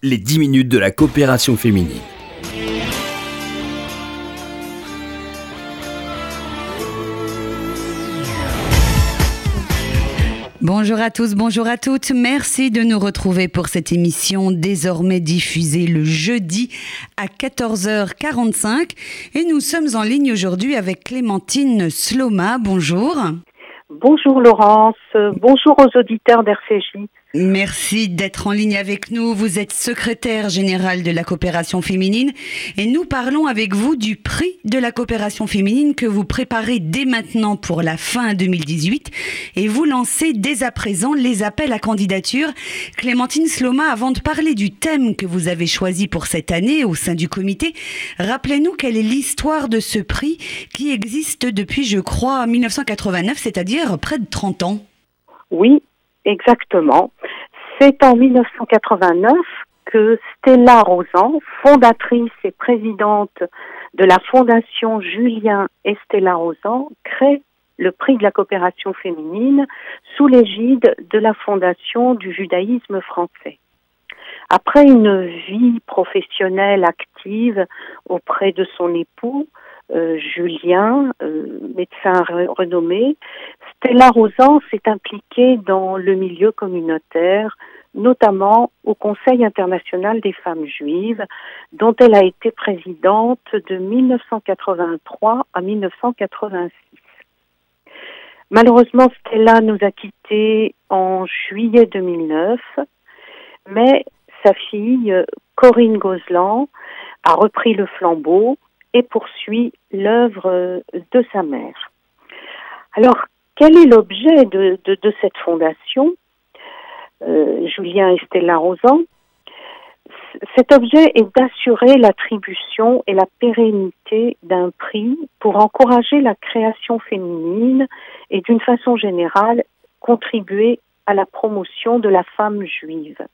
les 10 minutes de la coopération féminine. Bonjour à tous, bonjour à toutes. Merci de nous retrouver pour cette émission désormais diffusée le jeudi à 14h45. Et nous sommes en ligne aujourd'hui avec Clémentine Sloma. Bonjour. Bonjour Laurence, bonjour aux auditeurs d'RCJ. Merci d'être en ligne avec nous. Vous êtes secrétaire générale de la coopération féminine et nous parlons avec vous du prix de la coopération féminine que vous préparez dès maintenant pour la fin 2018 et vous lancez dès à présent les appels à candidature. Clémentine Sloma, avant de parler du thème que vous avez choisi pour cette année au sein du comité, rappelez-nous quelle est l'histoire de ce prix qui existe depuis, je crois, 1989, c'est-à-dire près de 30 ans. Oui, exactement. C'est en 1989 que Stella Rozan, fondatrice et présidente de la Fondation Julien et Stella Rozan, crée le prix de la coopération féminine sous l'égide de la Fondation du judaïsme français. Après une vie professionnelle active auprès de son époux, Julien, médecin renommé, Stella Rozan s'est impliquée dans le milieu communautaire, notamment au Conseil international des femmes juives, dont elle a été présidente de 1983 à 1986. Malheureusement, Stella nous a quittés en juillet 2009, mais sa fille, Corinne Gozlan, a repris le flambeau et poursuit l'œuvre de sa mère. Alors, quel est l'objet de cette fondation, Julien et Stella Rozan? Cet objet est d'assurer l'attribution et la pérennité d'un prix pour encourager la création féminine et d'une façon générale contribuer à la promotion de la femme juive.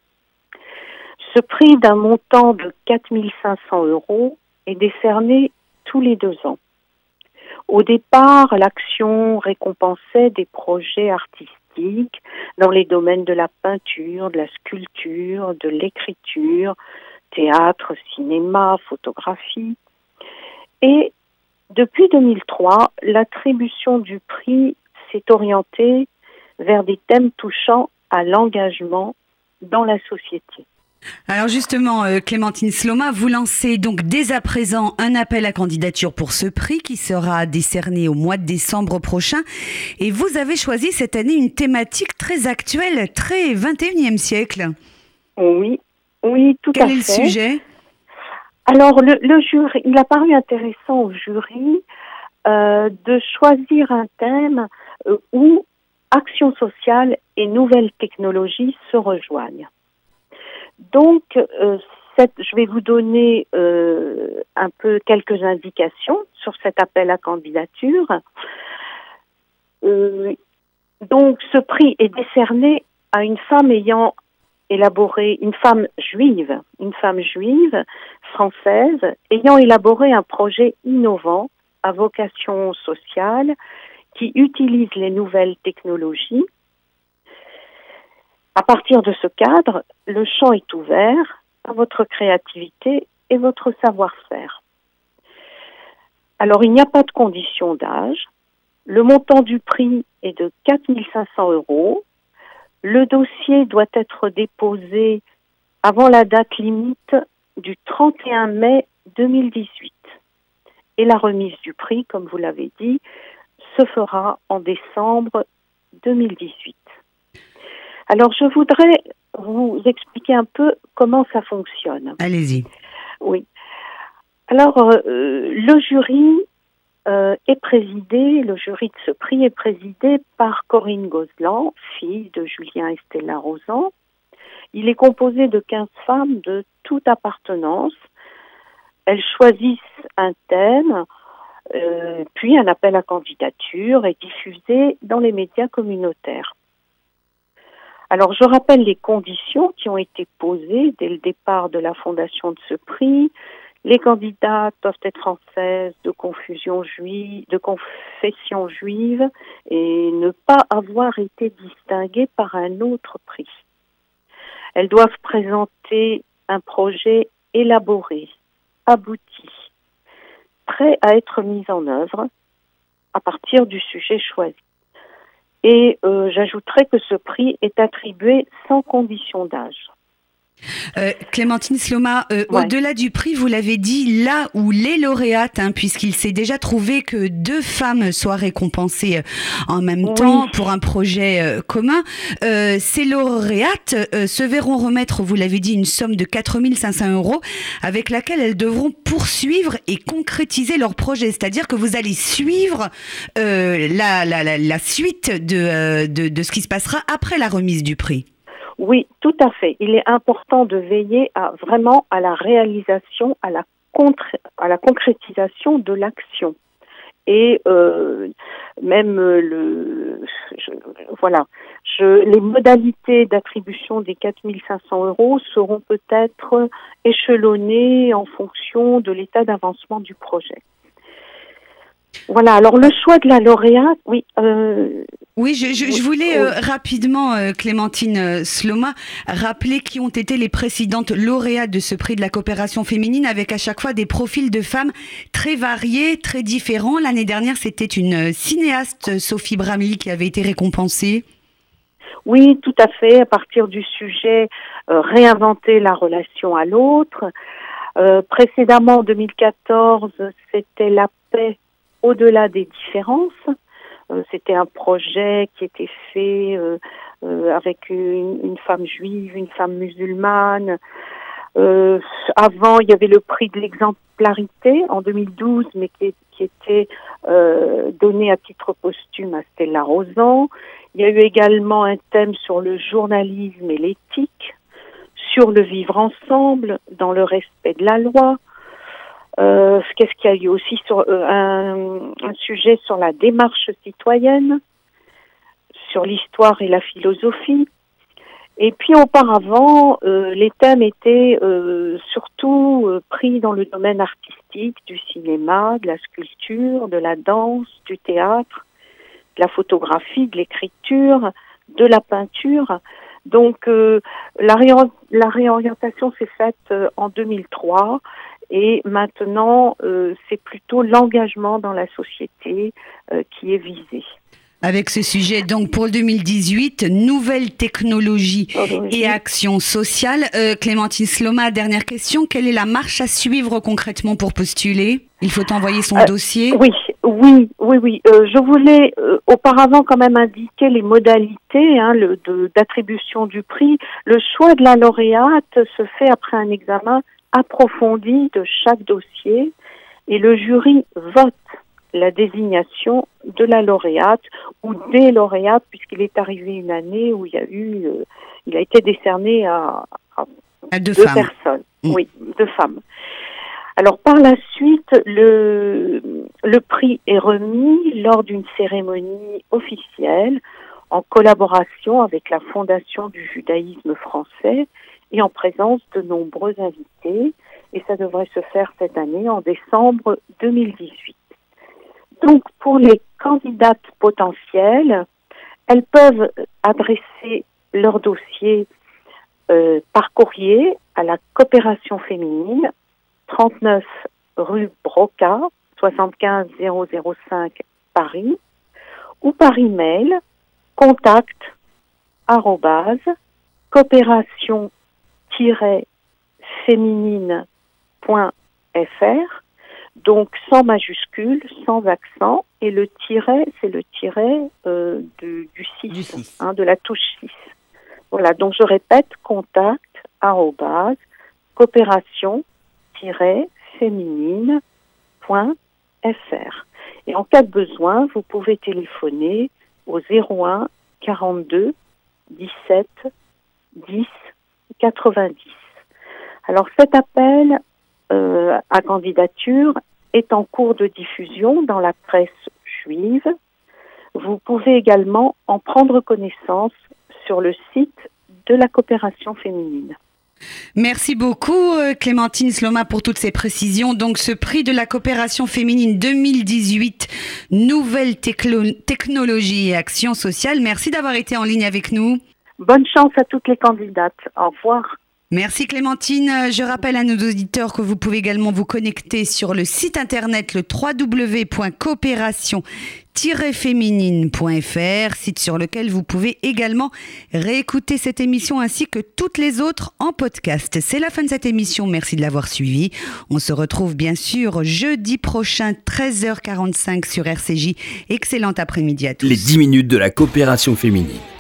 Ce prix d'un montant de 4 500 € est décerné tous les 2 ans. Au départ, l'action récompensait des projets artistiques dans les domaines de la peinture, de la sculpture, de l'écriture, théâtre, cinéma, photographie. Et depuis 2003, l'attribution du prix s'est orientée vers des thèmes touchant à l'engagement dans la société. Alors justement, Clémentine Sloma, vous lancez donc dès à présent un appel à candidature pour ce prix qui sera décerné au mois de décembre prochain. Et vous avez choisi cette année une thématique très actuelle, très 21e siècle. Oui, tout à fait. Quel est le sujet ? Alors, le jury, il a paru intéressant au jury de choisir un thème où action sociale et nouvelles technologies se rejoignent. Donc, je vais vous donner un peu quelques indications sur cet appel à candidature. Donc, ce prix est décerné à une femme ayant élaboré, une femme juive française, ayant élaboré un projet innovant à vocation sociale qui utilise les nouvelles technologies. À partir de ce cadre, le champ est ouvert à votre créativité et votre savoir-faire. Alors, il n'y a pas de condition d'âge. Le montant du prix est de 4 500 €. Le dossier doit être déposé avant la date limite du 31 mai 2018. Et la remise du prix, comme vous l'avez dit, se fera en décembre 2018. Alors, je voudrais vous expliquer un peu comment ça fonctionne. Allez-y. Oui. Alors, le jury le jury de ce prix est présidé par Corinne Gozlan, fille de Julien et Stella Rozan. Il est composé de 15 femmes de toute appartenance. Elles choisissent un thème, puis un appel à candidature est diffusé dans les médias communautaires. Alors, je rappelle les conditions qui ont été posées dès le départ de la fondation de ce prix. Les candidates doivent être françaises de confession juive et ne pas avoir été distinguées par un autre prix. Elles doivent présenter un projet élaboré, abouti, prêt à être mis en œuvre à partir du sujet choisi. Et j'ajouterais que ce prix est attribué sans condition d'âge. Clémentine Sloma, au-delà du prix, vous l'avez dit, là où les lauréates, puisqu'il s'est déjà trouvé que 2 femmes soient récompensées en même temps pour un projet commun, ces lauréates se verront remettre, vous l'avez dit, une somme de 4 500 € avec laquelle elles devront poursuivre et concrétiser leur projet. C'est-à-dire que vous allez suivre la suite de ce qui se passera après la remise du prix. Oui, tout à fait. Il est important de veiller vraiment à la réalisation, à la concrétisation de l'action. Et même les modalités d'attribution des 4 500 € seront peut-être échelonnées en fonction de l'état d'avancement du projet. Voilà, alors le choix de la lauréate, oui. Oui, je voulais rapidement, Clémentine Sloma, rappeler qui ont été les précédentes lauréates de ce prix de la coopération féminine, avec à chaque fois des profils de femmes très variés, très différents. L'année dernière, c'était une cinéaste, Sophie Bramley, qui avait été récompensée. Oui, tout à fait, à partir du sujet réinventer la relation à l'autre. Précédemment, en 2014, c'était la paix au-delà des différences. C'était un projet qui était fait avec une femme juive, une femme musulmane. Avant, il y avait le prix de l'exemplarité en 2012, mais qui était donné à titre posthume à Stella Rosan. Il y a eu également un thème sur le journalisme et l'éthique, sur le vivre ensemble, dans le respect de la loi. Qu'est-ce qu'il y a eu aussi sur un sujet sur la démarche citoyenne, sur l'histoire et la philosophie. Et puis auparavant, les thèmes étaient surtout pris dans le domaine artistique, du cinéma, de la sculpture, de la danse, du théâtre, de la photographie, de l'écriture, de la peinture. Donc la réorientation s'est faite en 2003. Et maintenant, c'est plutôt l'engagement dans la société qui est visé. Avec ce sujet, donc pour 2018, nouvelles technologies et actions sociales. Clémentine Sloma, dernière question. Quelle est la marche à suivre concrètement pour postuler ? Il faut envoyer son dossier ? Oui. Je voulais auparavant quand même indiquer les modalités d'attribution du prix. Le choix de la lauréate se fait après un examen approfondie de chaque dossier et le jury vote la désignation de la lauréate ou des lauréates, puisqu'il est arrivé une année où il a été décerné à 2 personnes. Oui, 2 femmes. Alors par la suite, le prix est remis lors d'une cérémonie officielle en collaboration avec la Fondation du judaïsme français et en présence de nombreux invités. Et ça devrait se faire cette année, en décembre 2018. Donc, pour les candidates potentielles, elles peuvent adresser leur dossier par courrier à la Coopération féminine, 39 rue Broca, 75 005 Paris, ou par email, contact@coopération-féminine.fr, donc sans majuscule, sans accent, et le tiret, c'est le tiret du 6, de la touche 6. Voilà, donc je répète, contact@coopération-féminine.fr. Et en cas de besoin, vous pouvez téléphoner au 01 42 17 10 90. Alors cet appel à candidature est en cours de diffusion dans la presse juive. Vous pouvez également en prendre connaissance sur le site de la Coopération féminine. Merci beaucoup Clémentine Sloma pour toutes ces précisions. Donc ce prix de la coopération féminine 2018, nouvelles technologies et actions sociales. Merci d'avoir été en ligne avec nous. Bonne chance à toutes les candidates. Au revoir. Merci Clémentine. Je rappelle à nos auditeurs que vous pouvez également vous connecter sur le site internet le www.coopération-féminine.fr, site sur lequel vous pouvez également réécouter cette émission ainsi que toutes les autres en podcast. C'est la fin de cette émission. Merci de l'avoir suivie. On se retrouve bien sûr jeudi prochain 13h45 sur RCJ. Excellent après-midi à tous. Les 10 minutes de la coopération féminine.